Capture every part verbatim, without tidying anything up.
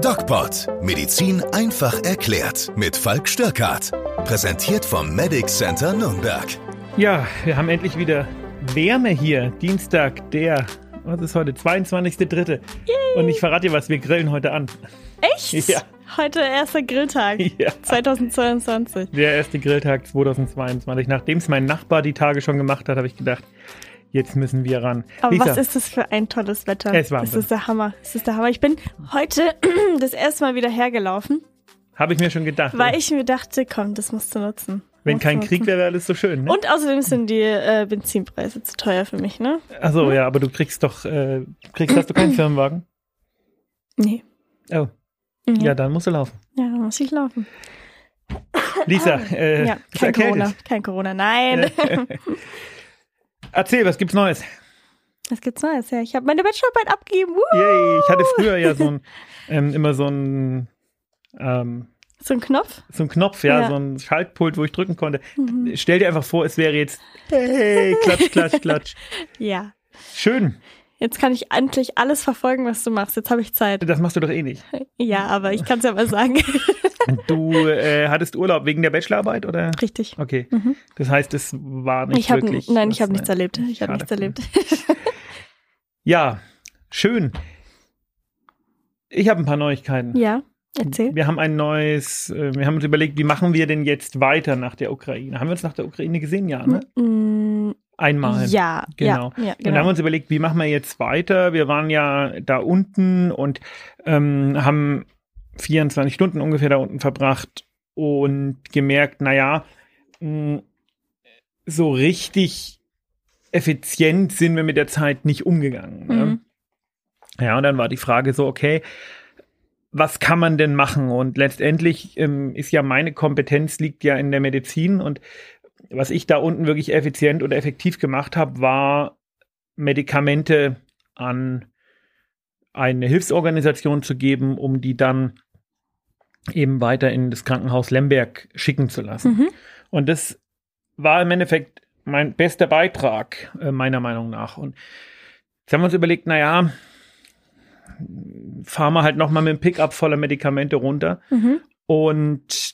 DocPod. Medizin einfach erklärt. Mit Falk Störkart. Präsentiert vom Medic Center Nürnberg. Ja, wir haben endlich wieder Wärme hier. Dienstag, der, was ist heute? zweiundzwanzigster dritte Und ich verrate dir was, wir grillen heute an. Echt? Ja. Heute erster Grilltag Ja. zweitausendzweiundzwanzig. Der erste Grilltag zweitausendzweiundzwanzig. Nachdem es mein Nachbar die Tage schon gemacht hat, habe ich gedacht, jetzt müssen wir ran. Aber Lisa, was ist das für ein tolles Wetter? Es war Das Wahnsinn. ist der Hammer. Das ist der Hammer. Ich bin heute das erste Mal wieder hergelaufen, habe ich mir schon gedacht. weil ich mir dachte, komm, das musst du nutzen. Wenn Musst kein du Krieg nutzen. wäre, wäre alles so schön, ne? Und außerdem sind die äh, Benzinpreise zu teuer für mich, ne? Achso, ja, aber du kriegst doch, äh, kriegst, hast du keinen Firmenwagen? Nee. Oh, Mhm. ja, dann musst du laufen. Ja, dann muss ich laufen. Lisa, äh, ja, bist du kein erkältet? Corona. Kein Corona, nein. Erzähl, was gibt's Neues? Was gibt's Neues? Ja, ich habe meine Bachelorarbeit abgegeben. Woo! Yay, ich hatte früher ja so ein, ähm, immer so ein, ähm, So ein Knopf? so ein Knopf, ja, Ja. so ein Schaltpult, wo ich drücken konnte. Stell dir einfach vor, es wäre jetzt, hey, klatsch, klatsch, klatsch. Ja. Schön, Jetzt kann ich endlich alles verfolgen, was du machst. Jetzt habe ich Zeit. das machst du doch eh nicht. Ja, aber ich kann es ja mal sagen. Du äh, hattest Urlaub wegen der Bachelorarbeit, oder? Richtig. Okay, das heißt, es war nicht Ich habe wirklich... nein, ich was, habe nichts ne? erlebt. Ich habe Schade. nichts erlebt. Ja, schön. Ich habe ein paar Neuigkeiten. Ja, erzähl. Wir haben ein neues, äh, wir haben uns überlegt, wie machen wir denn jetzt weiter nach der Ukraine? Haben wir uns nach der Ukraine gesehen? Ja, ne? Mm, Einmal. ja, Genau. ja, ja, Und dann haben wir uns überlegt, wie machen wir jetzt weiter? Wir waren ja da unten und ähm, haben vierundzwanzig Stunden ungefähr da unten verbracht und gemerkt, naja, mh, so richtig effizient sind wir mit der Zeit nicht umgegangen. Ne? Mhm. Ja, und dann war die Frage so, okay, was kann man denn machen? Und letztendlich ähm, ist ja meine Kompetenz liegt ja in der Medizin und was ich da unten wirklich effizient oder effektiv gemacht habe, war Medikamente an eine Hilfsorganisation zu geben, um die dann eben weiter in das Krankenhaus Lemberg schicken zu lassen. Mhm. Und das war im Endeffekt mein bester Beitrag, äh, meiner Meinung nach. Und jetzt haben wir uns überlegt, naja, fahren wir halt nochmal mit dem Pickup voller Medikamente runter. Mhm. Und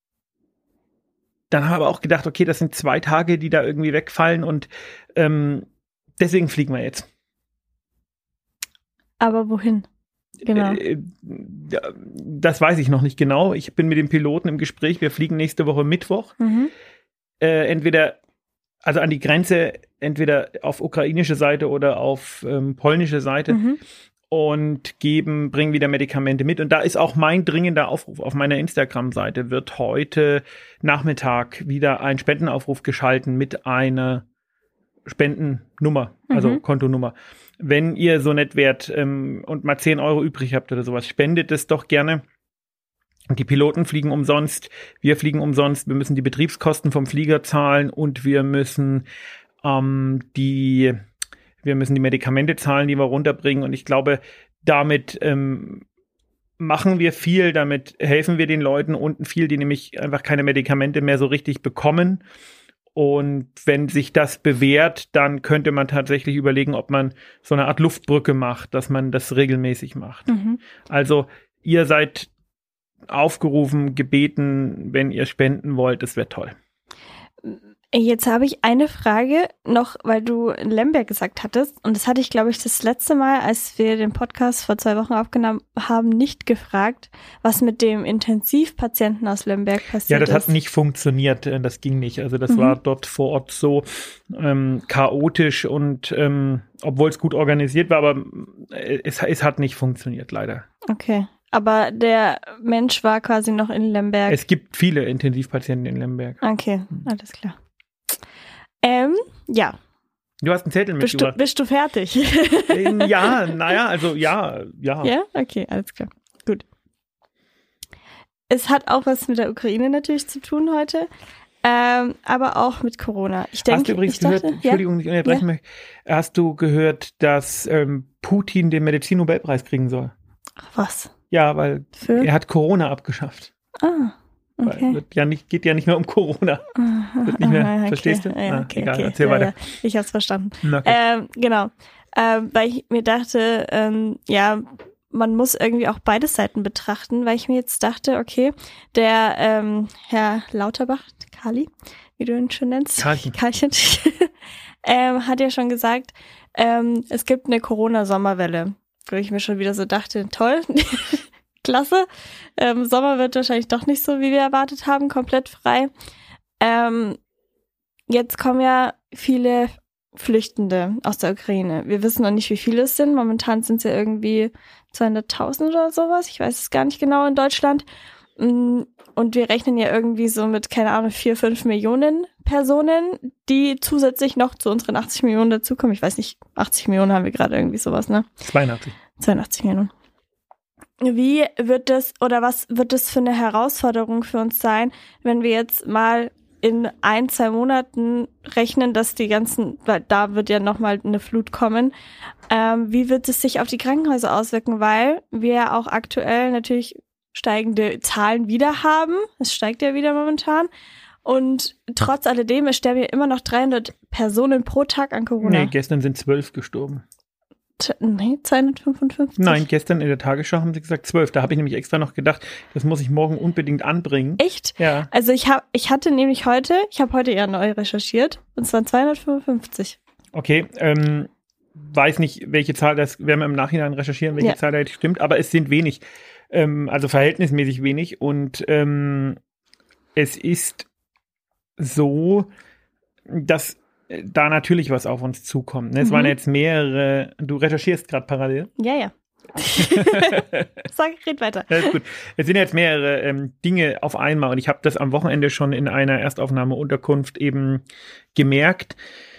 dann habe ich auch gedacht, okay, das sind zwei Tage, die da irgendwie wegfallen und ähm, deswegen fliegen wir jetzt. Aber wohin? Genau. Äh, ja, das weiß ich noch nicht genau. Ich bin mit dem Piloten im Gespräch. Wir fliegen nächste Woche Mittwoch. Mhm. Äh, entweder, also an die Grenze, entweder auf ukrainische Seite oder auf ähm, polnische Seite. Mhm. Und geben, bringen wieder Medikamente mit. Und da ist auch mein dringender Aufruf. Auf meiner Instagram-Seite wird heute Nachmittag wieder ein Spendenaufruf geschalten mit einer Spendennummer, also Mhm. Kontonummer. Wenn ihr so nett wärt ähm, und mal zehn Euro übrig habt oder sowas, spendet es doch gerne. Die Piloten fliegen umsonst, wir fliegen umsonst, wir müssen die Betriebskosten vom Flieger zahlen und wir müssen ähm, die Wir müssen die Medikamente zahlen, die wir runterbringen. Und ich glaube, damit ähm, machen wir viel, damit helfen wir den Leuten unten viel, die nämlich einfach keine Medikamente mehr so richtig bekommen. Und wenn sich das bewährt, dann könnte man tatsächlich überlegen, ob man so eine Art Luftbrücke macht, dass man das regelmäßig macht. Mhm. Also ihr seid aufgerufen, gebeten, wenn ihr spenden wollt, das wäre toll. Jetzt habe ich eine Frage noch, weil du Lemberg gesagt hattest. Und das hatte ich, glaube ich, das letzte Mal, als wir den Podcast vor zwei Wochen aufgenommen haben, nicht gefragt, was mit dem Intensivpatienten aus Lemberg passiert Ja, das ist. hat nicht funktioniert, äh, das ging nicht. Also das Mhm. war dort vor Ort so ähm, chaotisch und ähm, obwohl es gut organisiert war, aber äh, es, es hat nicht funktioniert, leider. Okay. Aber der Mensch war quasi noch in Lemberg. Es gibt viele Intensivpatienten in Lemberg. Okay, alles klar. Ähm, ja. Du hast einen Zettel Bist du, mitgebracht. bist du fertig? Ähm, ja, naja, also ja, ja. Ja? Okay, alles klar. Gut. Es hat auch was mit der Ukraine natürlich zu tun heute, ähm, aber auch mit Corona. Ich denke, Hast du übrigens ich dachte, gehört, Entschuldigung, dass ich unterbrechen möchte, hast du gehört, dass ähm, Putin den Medizin-Nobelpreis kriegen soll? Ach, was? Ja, weil Für? er hat Corona abgeschafft. Ah, Weil okay. wird ja nicht, geht ja nicht mehr um Corona. Wird nicht mehr, Ah, okay. verstehst du? Ja, Ah, okay, egal, okay. erzähl ja, weiter. Ja. Ich hab's verstanden. Na, okay. Ähm, genau. Ähm, weil ich mir dachte, ähm, ja, man muss irgendwie auch beide Seiten betrachten, weil ich mir jetzt dachte, okay, der ähm, Herr Lauterbach, Kali, wie du ihn schon nennst, Karlchen, Karlchen ähm, hat ja schon gesagt, ähm, es gibt eine Corona-Sommerwelle, wo ich mir schon wieder so dachte, toll, klasse, ähm, Sommer wird wahrscheinlich doch nicht so, wie wir erwartet haben, komplett frei. Ähm, jetzt kommen ja viele Flüchtende aus der Ukraine. Wir wissen noch nicht, wie viele es sind. Momentan sind es ja irgendwie zweihunderttausend oder sowas. Ich weiß es gar nicht genau in Deutschland. Und wir rechnen ja irgendwie so mit, keine Ahnung, vier, fünf Millionen Personen, die zusätzlich noch zu unseren achtzig Millionen dazukommen. Ich weiß nicht, achtzig Millionen haben wir gerade irgendwie sowas, ne? zweiundachtzig. zweiundachtzig Millionen. Wie wird das oder was wird das für eine Herausforderung für uns sein, wenn wir jetzt mal in ein, zwei Monaten rechnen, dass die ganzen, weil da wird ja nochmal eine Flut kommen, ähm, wie wird es sich auf die Krankenhäuser auswirken, weil wir ja auch aktuell natürlich steigende Zahlen wieder haben, es steigt ja wieder momentan und trotz alledem, es sterben ja immer noch dreihundert Personen pro Tag an Corona. Nee, gestern sind zwölf gestorben. T- nee, zweihundertfünfundfünfzig? Nein, gestern in der Tagesschau haben sie gesagt zwölf. Da habe ich nämlich extra noch gedacht, das muss ich morgen unbedingt anbringen. Echt? Ja. Also ich habe, ich hatte nämlich heute, ich habe heute ja neu recherchiert, und es waren zweihundertfünfundfünfzig. Okay, ähm, weiß nicht, welche Zahl, das werden wir im Nachhinein recherchieren, welche Ja. Zahl da jetzt stimmt, aber es sind wenig, ähm, also verhältnismäßig wenig und ähm, es ist so, dass da natürlich was auf uns zukommt. Ne? Es Mhm. waren jetzt mehrere, du recherchierst gerade parallel. Ja, ja. Sag, red weiter. Ja, ist gut. Es sind jetzt mehrere ähm, Dinge auf einmal und ich habe das am Wochenende schon in einer Erstaufnahmeunterkunft eben gemerkt.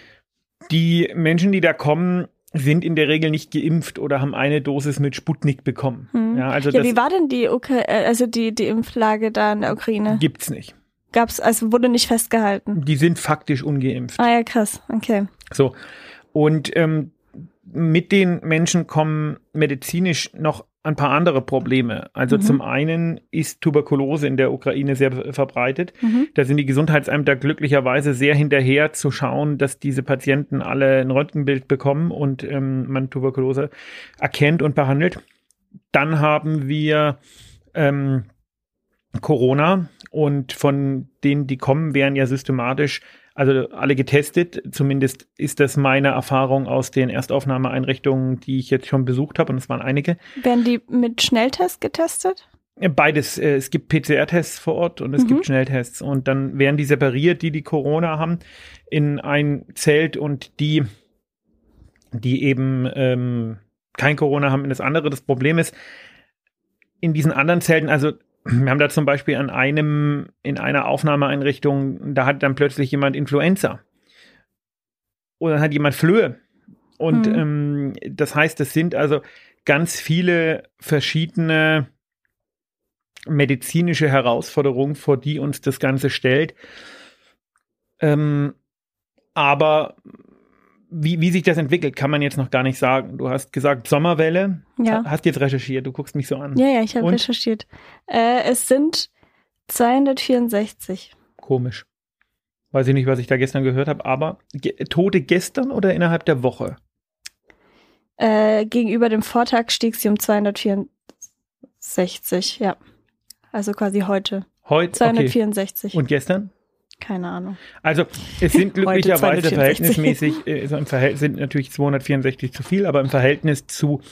Die Menschen, die da kommen, sind in der Regel nicht geimpft oder haben eine Dosis mit Sputnik bekommen. Hm. Ja, also ja, das wie war denn die Ukra- äh, also die, die Impflage da in der Ukraine? gibt's nicht. Gab's, also wurde nicht festgehalten. Die sind faktisch ungeimpft. Ah ja, krass, okay. So. Und ähm, mit den Menschen kommen medizinisch noch ein paar andere Probleme. Also Mhm. zum einen ist Tuberkulose in der Ukraine sehr verbreitet. Mhm. Da sind die Gesundheitsämter glücklicherweise sehr hinterher zu schauen, dass diese Patienten alle ein Röntgenbild bekommen und ähm, man Tuberkulose erkennt und behandelt. Dann haben wir ähm, Corona und von denen, die kommen, werden ja systematisch, also alle getestet. Zumindest ist das meine Erfahrung aus den Erstaufnahmeeinrichtungen, die ich jetzt schon besucht habe und es waren einige. Werden die mit Schnelltest getestet? Beides. äh, Es gibt P C R-Tests vor Ort und es Mhm. gibt Schnelltests. Und dann werden die separiert, die, die Corona haben, in ein Zelt und die, die eben ähm, kein Corona haben, in das andere. Das Problem ist, in diesen anderen Zelten, also wir haben da zum Beispiel an einem, in einer Aufnahmeeinrichtung, da hat dann plötzlich jemand Influenza. Oder dann hat jemand Flöhe. Und Mhm. ähm, das heißt, es sind also ganz viele verschiedene medizinische Herausforderungen, vor die uns das Ganze stellt. Ähm, aber wie, wie sich das entwickelt, kann man jetzt noch gar nicht sagen. Du hast gesagt Sommerwelle, Ja. hast jetzt recherchiert, du guckst mich so an. Ja, ja, ich habe Und? recherchiert. Äh, es sind zweihundertvierundsechzig. Komisch. Weiß ich nicht, was ich da gestern gehört habe, aber ge Tote gestern oder innerhalb der Woche? Äh, gegenüber dem Vortag stieg sie um zweihundertvierundsechzig, ja. Also quasi heute. Heute? Okay. zweihundertvierundsechzig. Und gestern? Keine Ahnung. Also es sind glücklicherweise zweihundertvierundsechzig. verhältnismäßig, äh, so im Verhält sind natürlich zweihundertvierundsechzig zu viel, aber im Verhältnis zu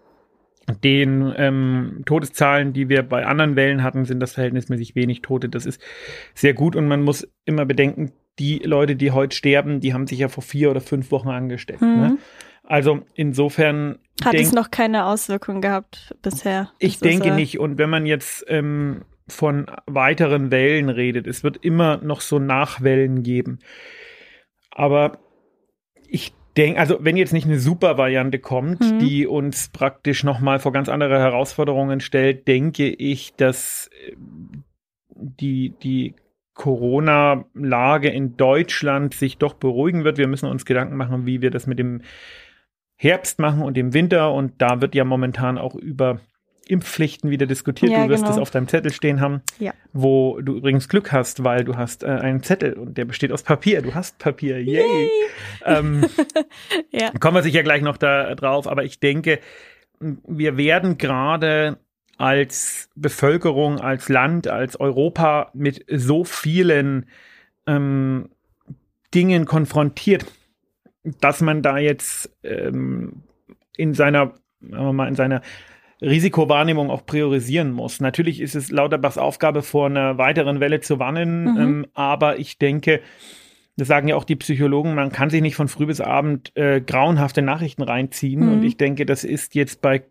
den ähm, Todeszahlen, die wir bei anderen Wellen hatten, sind das verhältnismäßig wenig Tote. Das ist sehr gut und man muss immer bedenken, die Leute, die heute sterben, die haben sich ja vor vier oder fünf Wochen angesteckt. Mhm. Ne? Also insofern Hat denk, es noch keine Auswirkungen gehabt bisher? ich Das ist, denke äh, nicht. Und wenn man jetzt ähm, von weiteren Wellen redet, es wird immer noch so Nachwellen geben. Aber ich denke, also wenn jetzt nicht eine Super-Variante kommt, Mhm. die uns praktisch nochmal vor ganz andere Herausforderungen stellt, denke ich, dass äh, die, die Corona-Lage in Deutschland sich doch beruhigen wird. Wir müssen uns Gedanken machen, wie wir das mit dem Herbst machen und dem Winter. Und da wird ja momentan auch über Impfpflichten wieder diskutiert. Ja, du wirst genau. es auf deinem Zettel stehen haben, Ja. wo du übrigens Glück hast, weil du hast äh, einen Zettel und der besteht aus Papier. Du hast Papier. Yay! Ähm, Ja. kommen wir sicher gleich noch da drauf. Aber ich denke, wir werden gerade als Bevölkerung, als Land, als Europa mit so vielen ähm, Dingen konfrontiert, dass man da jetzt ähm, in seiner, sagen wir mal, in seiner Risikowahrnehmung auch priorisieren muss. Natürlich ist es Lauterbachs Aufgabe, vor einer weiteren Welle zu warnen, mhm. ähm, aber ich denke, das sagen ja auch die Psychologen, man kann sich nicht von früh bis abend äh, grauenhafte Nachrichten reinziehen. Mhm. Und ich denke, das ist jetzt bei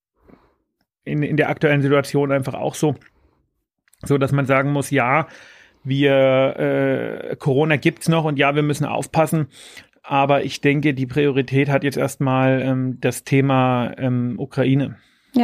in, in der aktuellen Situation einfach auch so, so dass man sagen muss, ja, wir äh, Corona gibt's noch und ja, wir müssen aufpassen. Aber ich denke, die Priorität hat jetzt erstmal ähm, das Thema ähm, Ukraine. Ja.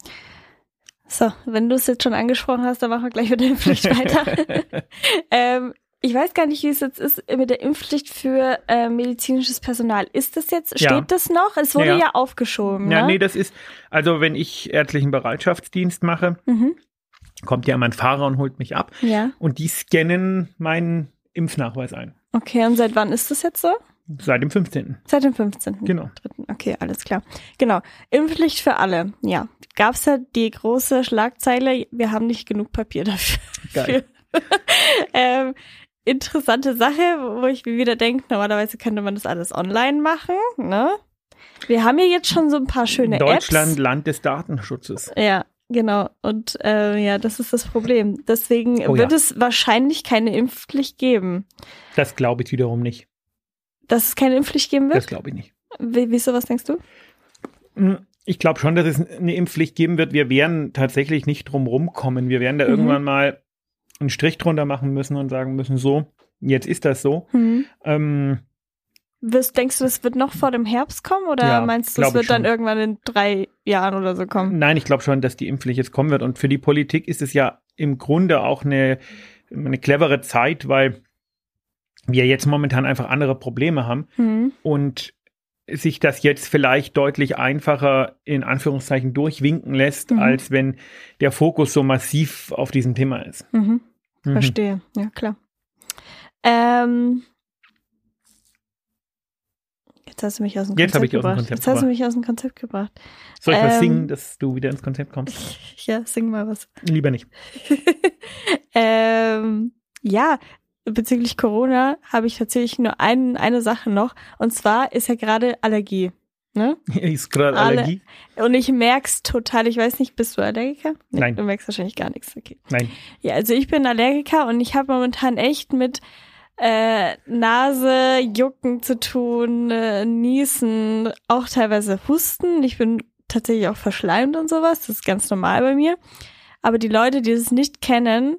So, wenn du es jetzt schon angesprochen hast, dann machen wir gleich mit der Impfpflicht weiter. ähm, ich weiß gar nicht, wie es jetzt ist mit der Impfpflicht für äh, medizinisches Personal. Ist das jetzt, steht ja. das noch? Es wurde ja, ja aufgeschoben, Ja, ne? nee, das ist, also wenn ich ärztlichen Bereitschaftsdienst mache, mhm. kommt ja mein Fahrer und holt mich ab. Ja. Und die scannen meinen Impfnachweis ein. Okay, und seit wann ist das jetzt so? Seit dem fünfzehnten Seit dem fünfzehnten Genau. Okay, alles klar. Genau. Impfpflicht für alle. Ja. Gab's ja die große Schlagzeile, wir haben nicht genug Papier dafür. Geil. ähm, interessante Sache, wo ich mir wieder denke, normalerweise könnte man das alles online machen, ne? Wir haben ja jetzt schon so ein paar schöne Deutschland, Apps. Deutschland, Land des Datenschutzes. Ja, genau. Und äh, ja, das ist das Problem. Deswegen oh, wird ja. es wahrscheinlich keine Impfpflicht geben. Das glaube ich wiederum nicht. Dass es keine Impfpflicht geben wird? Das glaube ich nicht. W- wieso, was denkst du? Ich glaube schon, dass es eine Impfpflicht geben wird. Wir werden tatsächlich nicht drum rumkommen. Wir werden da mhm. irgendwann mal einen Strich drunter machen müssen und sagen müssen, so, jetzt ist das so. Mhm. Ähm, Wirst, denkst du, das wird noch vor dem Herbst kommen oder ja, meinst du, es wird dann irgendwann in drei Jahren oder so kommen? Nein, ich glaube schon, dass die Impfpflicht jetzt kommen wird. Und für die Politik ist es ja im Grunde auch eine, eine clevere Zeit, weil wir jetzt momentan einfach andere Probleme haben mhm. und sich das jetzt vielleicht deutlich einfacher in Anführungszeichen durchwinken lässt, mhm. als wenn der Fokus so massiv auf diesem Thema ist. Mhm. Mhm. Verstehe, ja klar. Ähm, jetzt hast du mich aus dem jetzt Konzept ich gebracht. Aus dem Konzept jetzt hast du mich aus dem Konzept gebracht. Soll ich ähm, was singen, dass du wieder ins Konzept kommst? Ja, sing mal was. Lieber nicht. ähm, ja, bezüglich Corona habe ich tatsächlich nur ein, eine Sache noch. Und zwar ist ja gerade Allergie. Ne? Ist gerade Allergie? Und ich merk's total. Ich weiß nicht, bist du Allergiker? Nee, Nein. Du merkst wahrscheinlich gar nichts. Okay. Nein. Ja, also ich bin Allergiker und ich habe momentan echt mit äh, Nase, Jucken zu tun, äh, Niesen, auch teilweise Husten. Ich bin tatsächlich auch verschleimt und sowas. Das ist ganz normal bei mir. Aber die Leute, die das nicht kennen,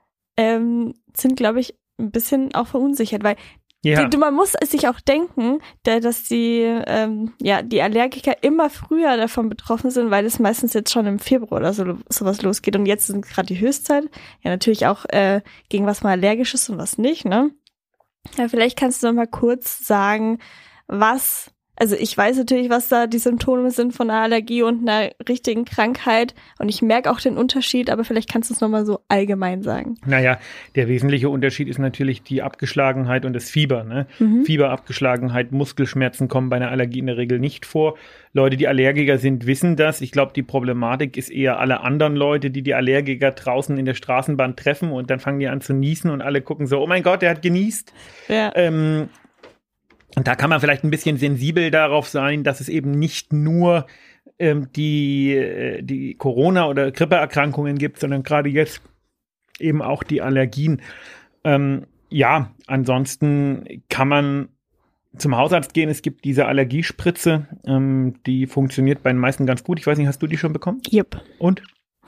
ähm, sind, glaube ich, ein bisschen auch verunsichert, weil ja. die, man muss es sich auch denken, da, dass die, ähm, ja, die Allergiker immer früher davon betroffen sind, weil es meistens jetzt schon im Februar oder so sowas losgeht und jetzt sind gerade die Höchstzeit. Ja, natürlich auch äh, gegen was mal allergisch ist und was nicht, ne? Ja, vielleicht kannst du noch mal kurz sagen, was, also ich weiß natürlich, was da die Symptome sind von einer Allergie und einer richtigen Krankheit und ich merke auch den Unterschied, aber vielleicht kannst du es nochmal so allgemein sagen. Naja, der wesentliche Unterschied ist natürlich die Abgeschlagenheit und das Fieber. Ne? Mhm. Fieber, Abgeschlagenheit, Muskelschmerzen kommen bei einer Allergie in der Regel nicht vor. Leute, die Allergiker sind, wissen das. Ich glaube, die Problematik ist eher alle anderen Leute, die die Allergiker draußen in der Straßenbahn treffen und dann fangen die an zu niesen und alle gucken so, oh mein Gott, der hat genießt. Ja. Ähm, Und da kann man vielleicht ein bisschen sensibel darauf sein, dass es eben nicht nur ähm, die, äh, die Corona- oder Grippeerkrankungen gibt, sondern gerade jetzt eben auch die Allergien. Ähm, ja, ansonsten kann man zum Hausarzt gehen. Es gibt diese Allergiespritze, ähm, die funktioniert bei den meisten ganz gut. Ich weiß nicht, hast du die schon bekommen? Yep. Und?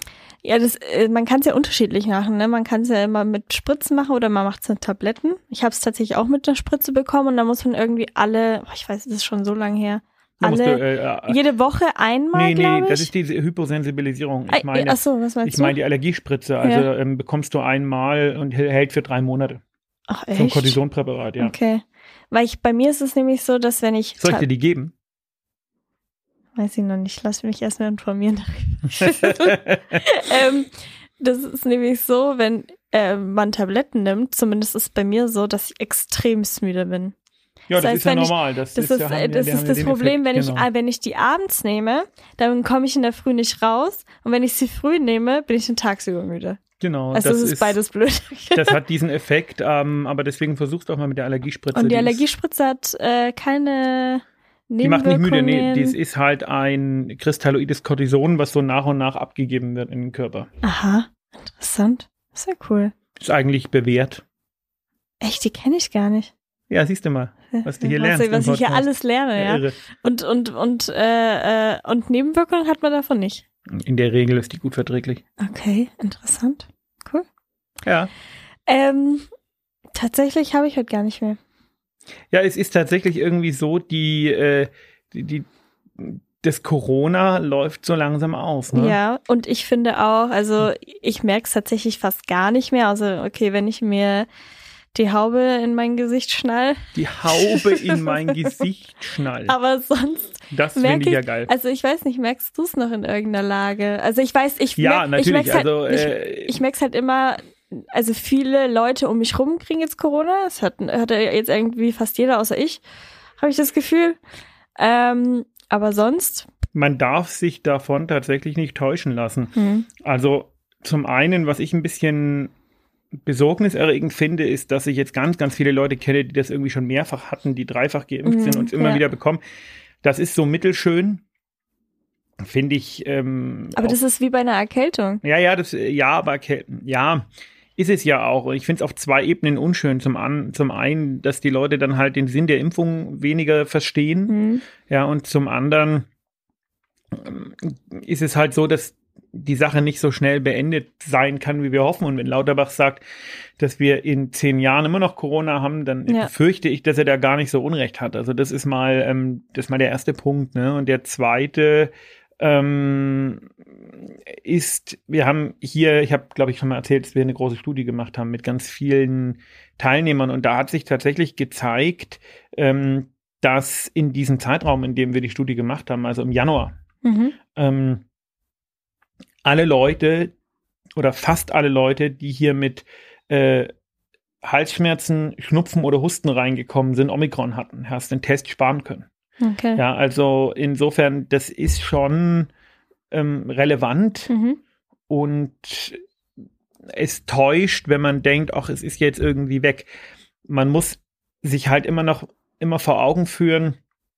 Ja, das, äh, man kann es ja unterschiedlich machen, ne? Man kann es ja immer mit Spritzen machen oder man macht es mit Tabletten. Ich habe es tatsächlich auch mit einer Spritze bekommen und da muss man irgendwie alle, oh, ich weiß, das ist schon so lange her, alle, du, äh, jede Woche einmal, Nee, nee, glaube ich. das ist diese Hyposensibilisierung. Ich meine, ach so, was meinst ich du? meine die Allergiespritze. Also Ja. ähm, bekommst du einmal und hält für drei Monate. Ach, So ein echt? Kortisonpräparat, ja. Okay. Weil ich, bei mir ist es nämlich so, dass wenn ich, Soll ich dir die geben? weiß ich noch nicht, lass mich erstmal informieren darüber. ähm, das ist nämlich so, wenn äh, man Tabletten nimmt, zumindest ist es bei mir so, dass ich extremst müde bin. Ja, das, das heißt, ist ja ich, normal. Das, das ist, ist, ja, haben, das, ja, ist das Problem, Effekt, wenn, genau. ich, wenn ich die abends nehme, dann komme ich in der Früh nicht raus. Und wenn ich sie früh nehme, bin ich den tagsüber müde. Genau. Also das, das ist, ist beides blöd. Das hat diesen Effekt, ähm, aber deswegen versuchst du auch mal mit der Allergiespritze. Und die, die Allergiespritze hat äh, keine Nebenwirkungen. Die macht nicht müde, nee, das ist halt ein kristalloides Cortison, was so nach und nach abgegeben wird in den Körper. Aha, interessant. Sehr cool. Ist eigentlich bewährt. Echt, die kenne ich gar nicht. Ja, siehst du mal, was du hier was, lernst. Was ich hier alles lerne, ja. ja. Und, und, und, äh, äh, und Nebenwirkungen hat man davon nicht. In der Regel ist die gut verträglich. Okay, interessant. Cool. Ja. Ähm, tatsächlich habe ich heute gar nicht mehr. Ja, es ist tatsächlich irgendwie so, die, äh, die, die das Corona läuft so langsam aus. Ne? Ja, und ich finde auch, also ich merke es tatsächlich fast gar nicht mehr. Also okay, wenn ich mir die Haube in mein Gesicht schnall. Die Haube in mein Gesicht schnall. Aber sonst das finde ich ja geil. Also ich weiß nicht, merkst du es noch in irgendeiner Lage? Also ich weiß, ich, ja, merk, ich merke es halt, also, äh, ich, ich merk's halt immer, also viele Leute um mich rum kriegen jetzt Corona. Das hat, hat jetzt irgendwie fast jeder, außer ich, habe ich das Gefühl. Ähm, aber sonst? Man darf sich davon tatsächlich nicht täuschen lassen. Hm. Also zum einen, was ich ein bisschen besorgniserregend finde, ist, dass ich jetzt ganz, ganz viele Leute kenne, die das irgendwie schon mehrfach hatten, die dreifach geimpft mm, sind und es immer ja. wieder bekommen. Das ist so mittelschön, finde ich. Ähm, aber auch, das ist wie bei einer Erkältung. Ja, ja, das, ja, aber Erkältung, ja, ist es ja auch. Und ich finde es auf zwei Ebenen unschön. Zum, an, zum einen, dass die Leute dann halt den Sinn der Impfung weniger verstehen. Mm. Ja, und zum anderen ähm, ist es halt so, dass die Sache nicht so schnell beendet sein kann, wie wir hoffen. Und wenn Lauterbach sagt, dass wir in zehn Jahren immer noch Corona haben, dann ja. fürchte ich, dass er da gar nicht so Unrecht hat. Also das ist mal, ähm, das ist mal der erste Punkt, ne? Und der zweite ähm, ist, wir haben hier, ich habe, glaube ich, schon mal erzählt, dass wir eine große Studie gemacht haben mit ganz vielen Teilnehmern. Und da hat sich tatsächlich gezeigt, ähm, dass in diesem Zeitraum, in dem wir die Studie gemacht haben, also im Januar, mhm. ähm, alle Leute oder fast alle Leute, die hier mit äh, Halsschmerzen, Schnupfen oder Husten reingekommen sind, Omikron hatten, hast den Test sparen können. Okay. Ja, also insofern, das ist schon ähm, relevant mhm. und es täuscht, wenn man denkt, ach, es ist jetzt irgendwie weg. Man muss sich halt immer noch immer vor Augen führen,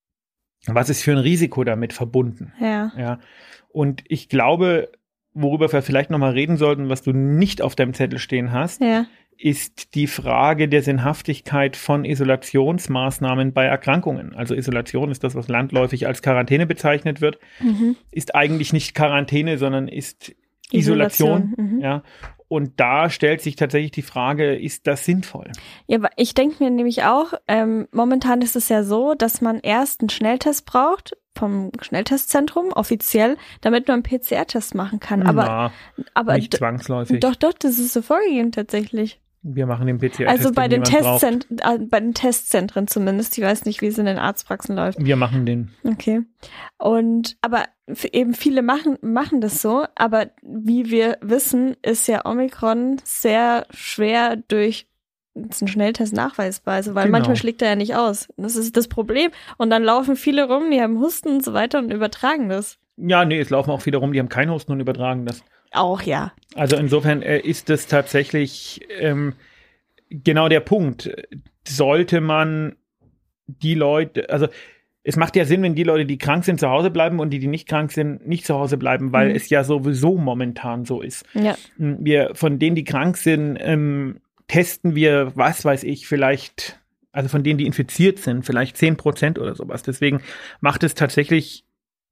was ist für ein Risiko damit verbunden. Ja. Ja. Und ich glaube, worüber wir vielleicht nochmal reden sollten, was du nicht auf deinem Zettel stehen hast, ja. ist die Frage der Sinnhaftigkeit von Isolationsmaßnahmen bei Erkrankungen. Also Isolation ist das, was landläufig als Quarantäne bezeichnet wird, mhm. ist eigentlich nicht Quarantäne, sondern ist Isolation. Isolation. Mhm. Ja. Und da stellt sich tatsächlich die Frage, ist das sinnvoll? Ja, aber ich denke mir nämlich auch, ähm, momentan ist es ja so, dass man erst einen Schnelltest braucht, vom Schnelltestzentrum offiziell, damit man einen P C R-Test machen kann. Aber, Na, aber nicht zwangsläufig. Doch, doch, das ist so vorgegeben tatsächlich. Wir machen den P C R-Test. Also bei den, Testzent- äh, bei den Testzentren zumindest. Ich weiß nicht, wie es in den Arztpraxen läuft. Wir machen den. Okay. Und aber eben viele machen machen das so. Aber wie wir wissen, ist ja Omikron sehr schwer durch einen Schnelltest nachweisbar. Also weil genau. manchmal schlägt er ja nicht aus. Das ist das Problem. Und dann laufen viele rum, die haben Husten und so weiter und übertragen das. Ja, nee, es laufen auch viele rum, die haben keinen Husten und übertragen das. Auch, ja. Also insofern äh, ist es tatsächlich ähm, genau der Punkt. Sollte man die Leute, also es macht ja Sinn, wenn die Leute, die krank sind, zu Hause bleiben und die, die nicht krank sind, nicht zu Hause bleiben, weil mhm. es ja sowieso momentan so ist. Ja. Wir, von denen, die krank sind, ähm, testen wir, was weiß ich, vielleicht, also von denen, die infiziert sind, vielleicht zehn Prozent oder sowas. Deswegen macht es tatsächlich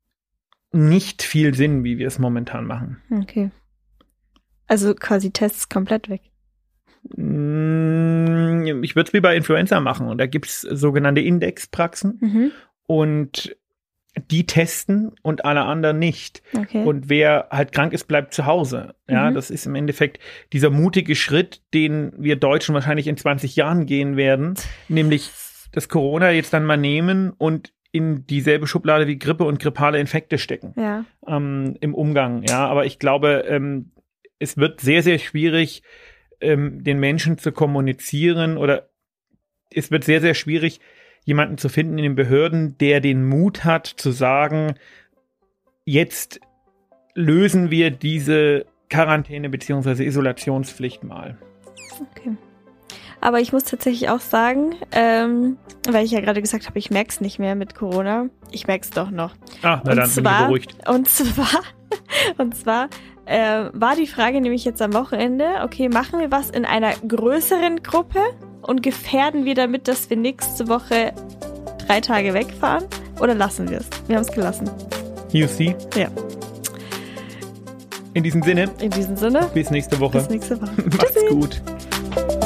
nicht viel Sinn, wie wir es momentan machen. Okay. Also quasi Tests komplett weg. Ich würde es wie bei Influenza machen. Und da gibt es sogenannte Indexpraxen. Mhm. Und die testen und alle anderen nicht. Okay. Und wer halt krank ist, bleibt zu Hause. Ja, mhm. Das ist im Endeffekt dieser mutige Schritt, den wir Deutschen wahrscheinlich in zwanzig Jahren gehen werden. Nämlich das Corona jetzt dann mal nehmen und in dieselbe Schublade wie Grippe und grippale Infekte stecken. Ja. Ähm, im Umgang. Ja, aber ich glaube, ähm, es wird sehr, sehr schwierig, ähm, den Menschen zu kommunizieren oder es wird sehr, sehr schwierig, jemanden zu finden in den Behörden, der den Mut hat zu sagen, jetzt lösen wir diese Quarantäne bzw. Isolationspflicht mal. Okay. Aber ich muss tatsächlich auch sagen, ähm, weil ich ja gerade gesagt habe, ich merke es nicht mehr mit Corona. Ich merke es doch noch. Ah, na und dann zwar, bin ich beruhigt. Und zwar, und zwar äh, war die Frage nämlich jetzt am Wochenende, okay, machen wir was in einer größeren Gruppe und gefährden wir damit, dass wir nächste Woche drei Tage wegfahren oder lassen wir es? Wir haben es gelassen. You see? Ja. In diesem Sinne. In diesem Sinne. Bis nächste Woche. Bis nächste Woche. Macht's gut.